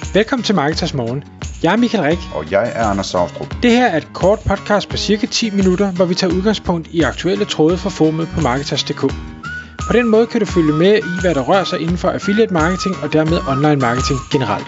Velkommen til Marketers Morgen. Jeg er Michael Rik. Og jeg er Anders Saustrup. Det her er et kort podcast på cirka 10 minutter, hvor vi tager udgangspunkt i aktuelle tråde fra forumet på Marketers.dk. På den måde kan du følge med i, hvad der rører sig inden for affiliate marketing og dermed online marketing generelt.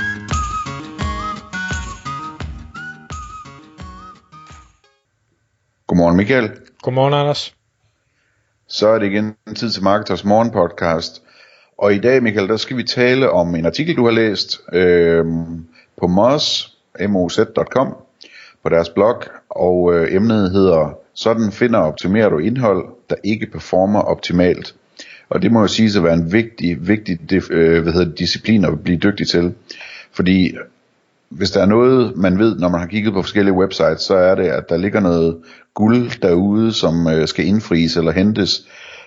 Godmorgen Michael. Godmorgen Anders. Så er det igen tid til Marketers Morgen podcast. Og i dag, Michael, der skal vi tale om en artikel, du har læst på moz.com på deres blog. Og emnet hedder, sådan finder og optimerer du indhold, der ikke performer optimalt. Og det må jo siges at være en vigtig disciplin at blive dygtig til. Fordi hvis der er noget, man ved, når man har kigget på forskellige websites, så er det, at der ligger noget guld derude, som skal indfries eller hentes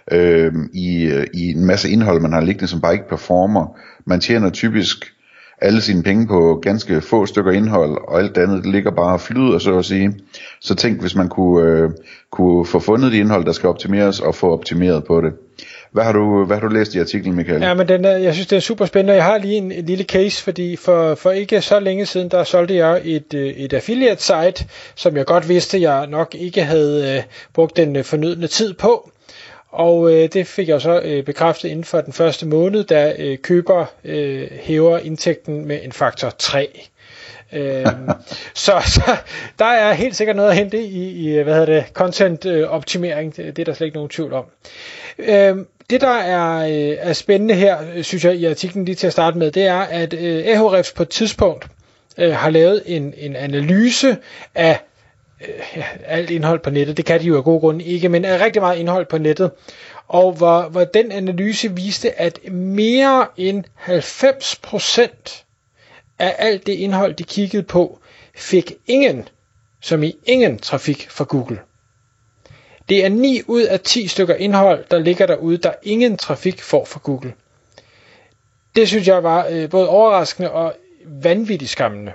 i en masse indhold, man har liggende, som bare ikke performer. Man tjener typisk alle sine penge på ganske få stykker indhold, og alt andet ligger bare og flyder, så at sige. Så tænk, hvis man kunne få fundet de indhold, der skal optimeres, og få optimeret på det. Hvad har du læst i artiklen, Michael? Ja, men jeg synes, det er super spændende. Jeg har lige en lille case, fordi for ikke så længe siden, der solgte jeg et affiliate site, som jeg godt vidste, jeg nok ikke havde brugt den fornødne tid på. Og det fik jeg så bekræftet inden for den første måned, da køber hæver indtægten med en faktor 3. Så der er helt sikkert noget at hente i content optimering. Det er der slet ikke nogen tvivl om. Det der er spændende her, synes jeg i artiklen lige til at starte med, det er at Ahrefs på et tidspunkt har lavet en analyse af alt indhold på nettet. Det kan de jo af gode grunde ikke, men er rigtig meget indhold på nettet. Og hvor den analyse viste, at mere end 90% af alt det indhold, de kiggede på, fik ingen trafik fra Google. Det er 9 ud af 10 stykker indhold, der ligger derude, der ingen trafik får fra Google. Det synes jeg var både overraskende og vanvittigt skræmmende.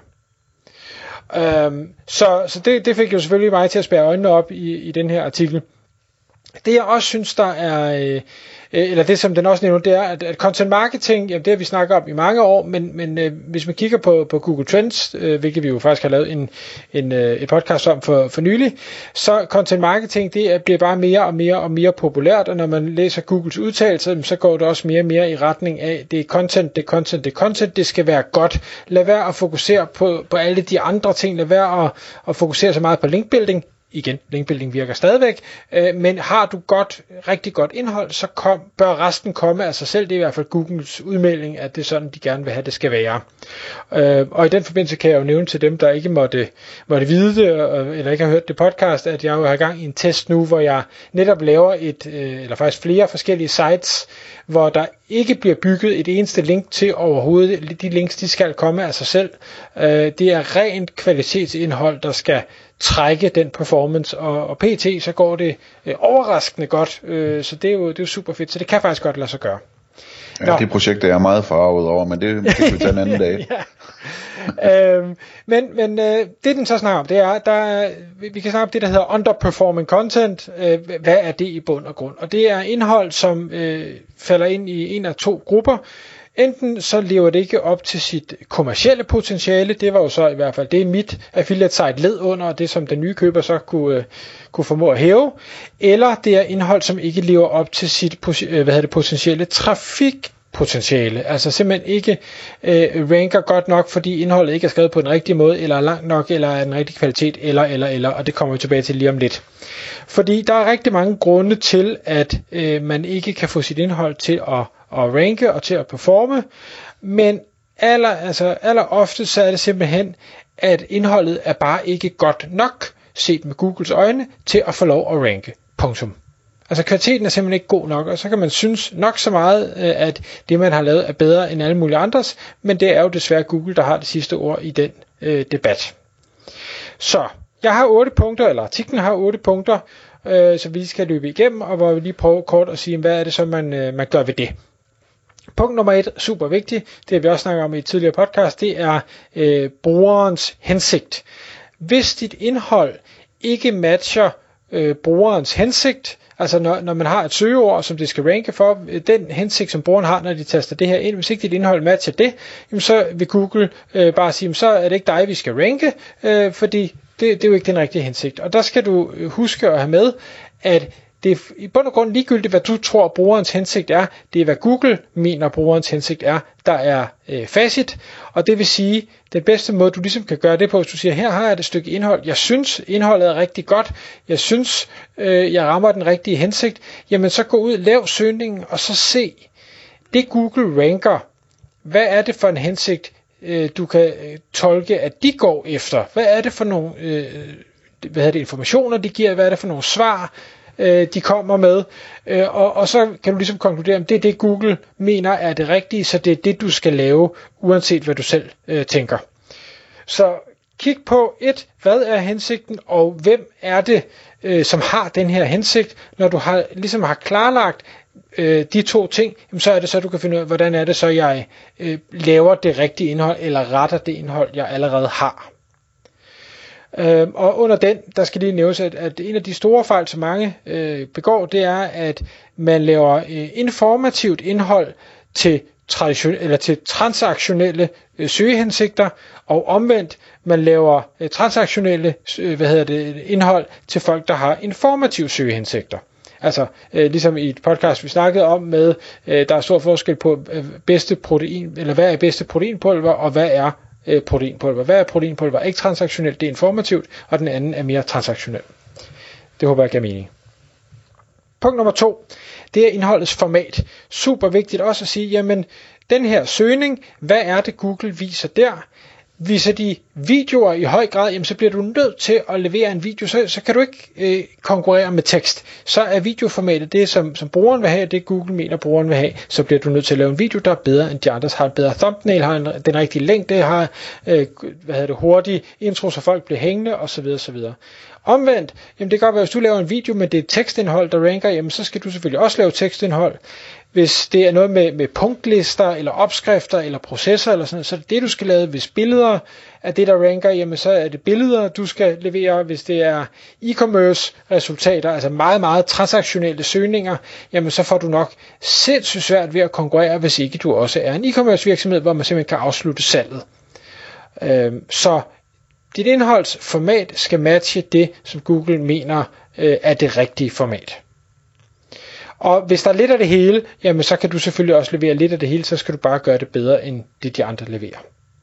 Så det fik jo selvfølgelig mig til at spærre øjnene op i den her artikel. Det jeg også synes, der er, eller det som den også nævner, det er, at content marketing, jamen det har vi snakket om i mange år, men hvis man kigger på Google Trends, hvilket vi jo faktisk har lavet et podcast om for nylig, så content marketing, det bliver bare mere og mere populært, og når man læser Googles udtalelser, så går det også mere og mere i retning af, det er content, det skal være godt. Lad være at fokusere på alle de andre ting, lad være at fokusere så meget på linkbuilding. Igen, linkbuilding virker stadigvæk, men har du rigtig godt indhold, så bør resten komme af sig selv. Det er i hvert fald Googles udmelding, at det er sådan, de gerne vil have, det skal være. Og i den forbindelse kan jeg jo nævne til dem, der ikke måtte vide det, eller ikke har hørt det podcast, at jeg jo har i gang i en test nu, hvor jeg netop laver eller faktisk flere forskellige sites, hvor der ikke bliver bygget et eneste link til overhovedet. De links, de skal komme af sig selv. Det er rent kvalitetsindhold, der skal trække den performance, og pt. Så går det overraskende godt, så det er jo super fedt, så det kan faktisk godt lade sig gøre. Ja, det projekt er jeg meget farvet over, men det kan vi tage en anden dag. Men det den så snakker om, det er, vi kan snakke om det, der hedder underperforming content. Hvad er det i bund og grund? Og det er indhold, som falder ind i en af to grupper. Enten så lever det ikke op til sit kommercielle potentiale, det var jo så i hvert fald det mit affiliate site led under, og det som den nye køber så kunne formå at hæve, eller det er indhold, som ikke lever op til sit potentielle trafikpotentiale, altså simpelthen ikke ranker godt nok, fordi indholdet ikke er skrevet på den rigtige måde, eller er langt nok, eller er den rigtige kvalitet, eller, og det kommer vi tilbage til lige om lidt. Fordi der er rigtig mange grunde til, at man ikke kan få sit indhold til at ranke og til at performe, men aller ofte så er det simpelthen, at indholdet er bare ikke godt nok, set med Googles øjne, til at få lov at ranke. Punktum. Altså kvaliteten er simpelthen ikke god nok, og så kan man synes nok så meget, at det man har lavet er bedre end alle mulige andres, men det er jo desværre Google, der har det sidste ord i den debat. Så jeg har 8 punkter, eller artiklen har 8 punkter, så vi skal løbe igennem, og hvor vi lige prøver kort at sige, hvad er det så man gør ved det. Punkt nummer 1, super vigtigt, det har vi også snakket om i et tidligere podcast, det er brugerens hensigt. Hvis dit indhold ikke matcher brugerens hensigt, Altså når man har et søgeord, som det skal ranke for, den hensigt, som brugeren har, når de taster det her ind, hvis ikke dit indhold matcher det, jamen så vil Google bare sige, så er det ikke dig, vi skal ranke, fordi det er jo ikke den rigtige hensigt. Og der skal du huske at have med, at det er i bund og grund ligegyldigt, hvad du tror, brugerens hensigt er. Det er, hvad Google mener, brugerens hensigt er, der er facit. Og det vil sige, den bedste måde, du ligesom kan gøre det på, hvis du siger, her har jeg et stykke indhold. Jeg synes, indholdet er rigtig godt. Jeg synes, jeg rammer den rigtige hensigt. Jamen, så gå ud, lav søgningen, og så se, det Google ranker. Hvad er det for en hensigt, du kan tolke, at de går efter? Hvad er det for nogle informationer, de giver? Hvad er det for nogle svar, de kommer med, og så kan du ligesom konkludere, at det er det Google mener er det rigtige, så det er det du skal lave, uanset hvad du selv tænker. Så kig på hvad er hensigten, og hvem er det, som har den her hensigt. Når du ligesom har klarlagt de to ting, så er det så, du kan finde ud af, hvordan er det så, jeg laver det rigtige indhold, eller retter det indhold, jeg allerede har. Og under den, der skal lige nævnes, at en af de store fejl, som mange begår, det er, at man laver informativt indhold til transaktionelle søgehensigter, og omvendt, man laver transaktionelle indhold til folk, der har informative søgehensigter. Altså, ligesom i et podcast, vi snakkede om med, der er stor forskel på bedste protein, eller hvad er bedste proteinpulver, og hvad er proteinpulver. Hvad er proteinpulver? Ikke transaktionelt, det er informativt, og den anden er mere transaktionel. Det håber jeg giver mening. Punkt nummer 2, det er indholdets format. Super vigtigt også at sige, jamen, den her søgning, hvad er det Google viser der? Viser de videoer i høj grad, jamen så bliver du nødt til at levere en video, så kan du ikke konkurrere med tekst. Så er videoformatet det, som brugeren vil have, det Google mener, brugeren vil have, så bliver du nødt til at lave en video, der er bedre end de andres, har en bedre thumbnail, har den rigtige længde, har hurtig intro, så folk bliver hængende, osv. osv. Omvendt, jamen det kan godt være, hvis du laver en video med det tekstindhold, der ranker, jamen så skal du selvfølgelig også lave tekstindhold. Hvis det er noget med punktlister, eller opskrifter, eller processer, eller sådan noget, så er det det, du skal lave. Hvis billeder er det, der ranker, jamen så er det billeder, du skal levere. Hvis det er e-commerce resultater, altså meget, meget transaktionelle søgninger, jamen så får du nok sindssygt svært ved at konkurrere, hvis ikke du også er en e-commerce virksomhed, hvor man simpelthen kan afslutte salget. Så dit indholdsformat skal matche det, som Google mener er det rigtige format. Og hvis der er lidt af det hele, jamen så kan du selvfølgelig også levere lidt af det hele, så skal du bare gøre det bedre, end det de andre leverer.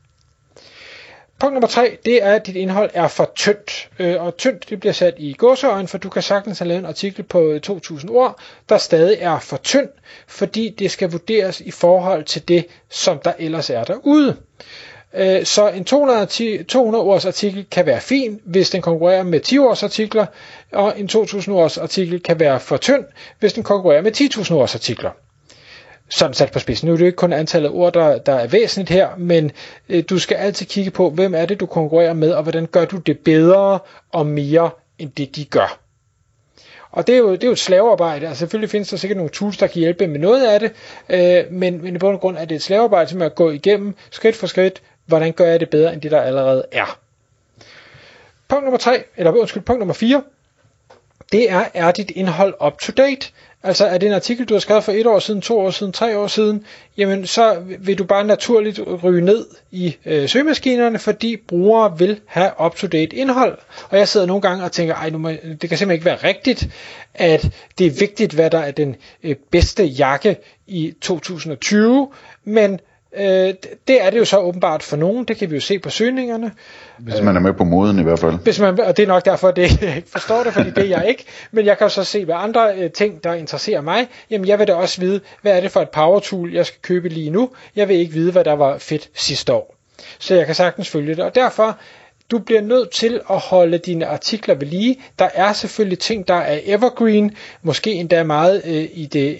Punkt nummer 3, det er, at dit indhold er for tyndt. Og tyndt, det bliver sat i gåseøjne, for du kan sagtens have lavet en artikel på 2000 ord, der stadig er for tynd, fordi det skal vurderes i forhold til det, som der ellers er derude. Så en 200 års artikel kan være fin, hvis den konkurrerer med 10 års artikler, og en 2000 års artikel kan være for tynd, hvis den konkurrerer med 10.000 års artikler. Sådan sat på spidsen. Nu er det ikke kun antallet af ord, der er væsentligt her, men du skal altid kigge på, hvem er det, du konkurrerer med, og hvordan gør du det bedre og mere, end det de gør. Og det er jo et slavearbejde. Altså selvfølgelig findes der sikkert nogle tools, der kan hjælpe med noget af det, men i bund og grund er det et slavearbejde, som at gå igennem skridt for skridt, hvordan gør jeg det bedre, end det der allerede er. Punkt nummer 4, det er dit indhold up to date? Altså er det en artikel, du har skrevet for 1 år siden, 2 år siden, 3 år siden, jamen så vil du bare naturligt ryge ned i søgemaskinerne, fordi brugere vil have up to date indhold. Og jeg sidder nogle gange og tænker, det kan simpelthen ikke være rigtigt, at det er vigtigt, hvad der er den bedste jakke i 2020, men det er det jo så åbenbart for nogen, det kan vi jo se på søgningerne. Hvis man er med på moden i hvert fald. Og det er nok derfor, jeg ikke forstår det, fordi det er jeg ikke. Men jeg kan jo så se, hvad andre ting, der interesserer mig. Jamen jeg vil da også vide, hvad er det for et power tool, jeg skal købe lige nu. Jeg vil ikke vide, hvad der var fedt sidste år. Så jeg kan sagtens følge det. Og derfor, du bliver nødt til at holde dine artikler ved lige. Der er selvfølgelig ting, der er evergreen, måske endda meget i det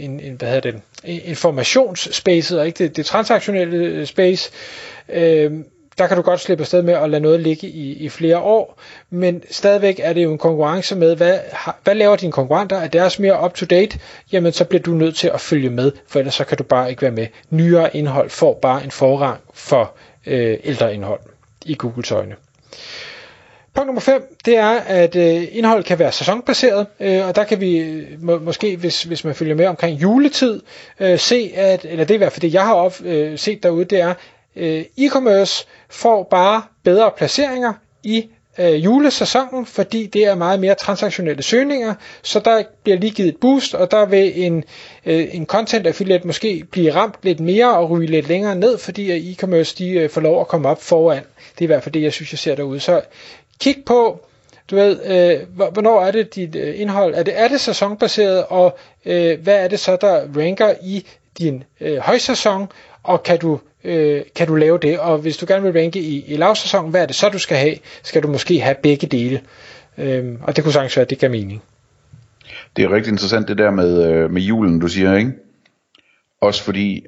informationsspacet, og ikke det transaktionelle space. Der kan du godt slippe afsted med at lade noget ligge i flere år, men stadigvæk er det jo en konkurrence med, hvad laver dine konkurrenter? Er deres mere up to date? Jamen så bliver du nødt til at følge med, for ellers så kan du bare ikke være med. Nyere indhold får bare en forrang for ældre indhold i Googles øjne. Punkt nummer 5, det er, at indhold kan være sæsonbaseret, og der kan vi måske, hvis man følger med omkring juletid, se, eller det er i hvert fald det, jeg har set derude, det er, e-commerce får bare bedre placeringer i julesæsonen, fordi det er meget mere transaktionelle søgninger, så der bliver lige givet et boost, og der vil en content affiliate måske blive ramt lidt mere og ryge lidt længere ned, fordi e-commerce de får lov at komme op foran. Det er i hvert fald det, jeg synes, jeg ser derude. Så kig på, du ved, hvornår er det dit indhold? Er det sæsonbaseret, og hvad er det så, der ranker i din højsæson, og kan du lave det? Og hvis du gerne vil ranke i lavsæson, hvad er det så, du skal have? Skal du måske have begge dele? Og det kunne sagtens være, at det gav mening. Det er rigtig interessant det der med julen, du siger, ikke? Også fordi,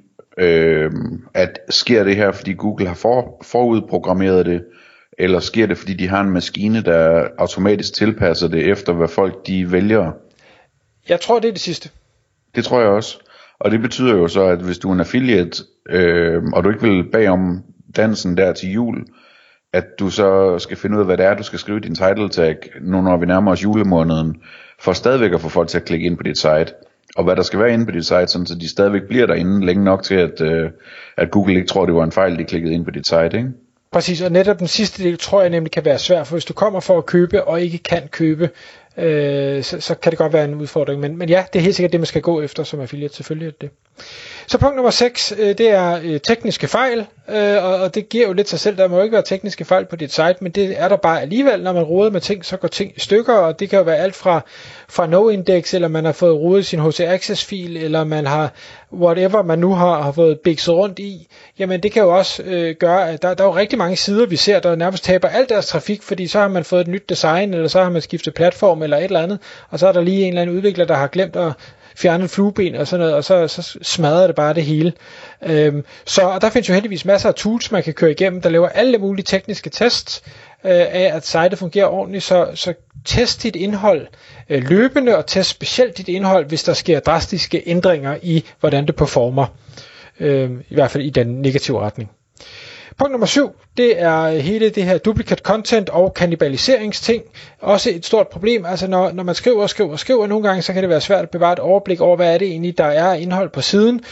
at sker det her, fordi Google har forudprogrammeret det, eller sker det, fordi de har en maskine, der automatisk tilpasser det efter, hvad folk de vælger? Jeg tror, det er det sidste. Det tror jeg også. Og det betyder jo så, at hvis du er en affiliate, og du ikke vil bag om dansen der til jul, at du så skal finde ud af, hvad det er, du skal skrive i din title tag, nu når vi nærmer os julemåneden, for stadigvæk at få folk til at klikke ind på dit site. Og hvad der skal være inde på dit site, sådan så de stadigvæk bliver derinde længe nok til, at Google ikke tror, det var en fejl, de klikkede ind på dit site, ikke? Præcis, og netop den sidste del tror jeg nemlig kan være svær, for hvis du kommer for at købe og ikke kan købe, så kan det godt være en udfordring. Men ja, det er helt sikkert det, man skal gå efter som affiliate, selvfølgelig er det. Så punkt nummer 6, det er tekniske fejl, og det giver jo lidt sig selv. Der må jo ikke være tekniske fejl på dit site, men det er der bare alligevel. Når man roder med ting, så går ting i stykker, og det kan jo være alt fra no-index, eller man har fået rodet sin HC-access-fil, eller man har whatever man nu har fået bikset rundt i. Jamen det kan jo også gøre, at der er jo rigtig mange sider, vi ser, der nærmest taber al deres trafik, fordi så har man fået et nyt design, eller så har man skiftet platform, eller et eller andet, og så er der lige en eller anden udvikler, der har glemt at fjerne et flueben og sådan noget, og så smadrer det bare det hele. Så der findes jo heldigvis masser af tools, man kan køre igennem, der laver alle mulige tekniske tests af, at sitet fungerer ordentligt, så test dit indhold løbende, og test specielt dit indhold, hvis der sker drastiske ændringer i, hvordan det performer, i hvert fald i den negative retning. Punkt nummer 7, det er hele det her duplicate content og kannibaliseringsting. Også et stort problem, altså når man skriver, nogle gange, så kan det være svært at bevare et overblik over, hvad er det egentlig, der er indhold på siden.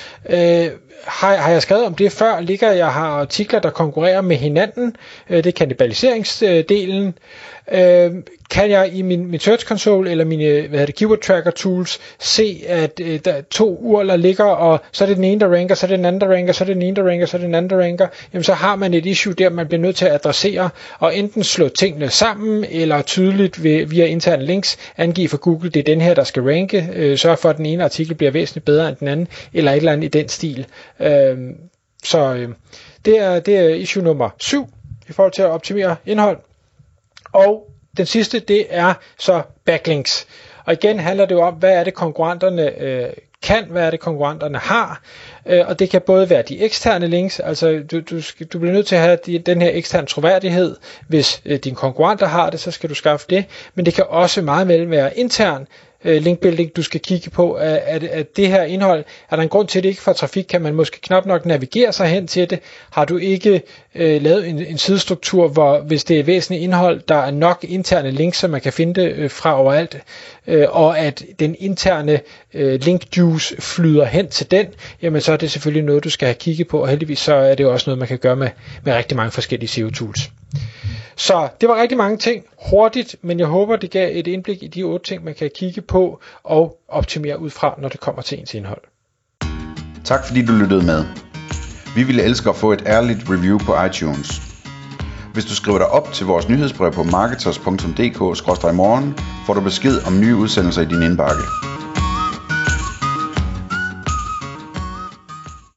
Har jeg skrevet om det før? Jeg har artikler, der konkurrerer med hinanden. Det er kannibaliseringsdelen. Kan jeg i min Search Console eller mine keyword tracker tools se, at der er 2 urler ligger, og så er det den ene, der ranker, så er det den anden, der ranker, så er det den ene, der ranker, så er det den anden, der ranker. Jamen så har man et issue der, man bliver nødt til at adressere, og enten slå tingene sammen, eller tydeligt via interne links angive for Google, det er den her, der skal ranke, sørge for, at den ene artikel bliver væsentligt bedre end den anden, eller et eller andet i den stil. Det er issue nummer 7 i forhold til at optimere indhold. Og den sidste, det er så backlinks. Og igen handler det jo om, hvad er det konkurrenterne kan, hvad er det konkurrenterne har. Og det kan både være de eksterne links, altså du bliver nødt til at have den her eksterne troværdighed. Hvis dine konkurrenter har det, så skal du skaffe det. Men det kan også meget vel være intern linkbuilding, du skal kigge på, at det her indhold, er der en grund til, at det ikke får trafik, kan man måske knap nok navigere sig hen til det. Har du ikke lavet en sidestruktur, hvor hvis det er væsentligt indhold, der er nok interne links, så man kan finde det fra overalt, og at den interne link juice flyder hen til den, jamen så er det selvfølgelig noget, du skal have kigget på, og heldigvis så er det også noget, man kan gøre med rigtig mange forskellige SEO-tools. Så det var rigtig mange ting hurtigt, men jeg håber, det gav et indblik i de 8 ting, man kan kigge på og optimere ud fra, når det kommer til ens indhold. Tak fordi du lyttede med. Vi ville elske at få et ærligt review på iTunes. Hvis du skriver dig op til vores nyhedsbrev på marketers.dk/morgen, får du besked om nye udsendelser i din indbakke.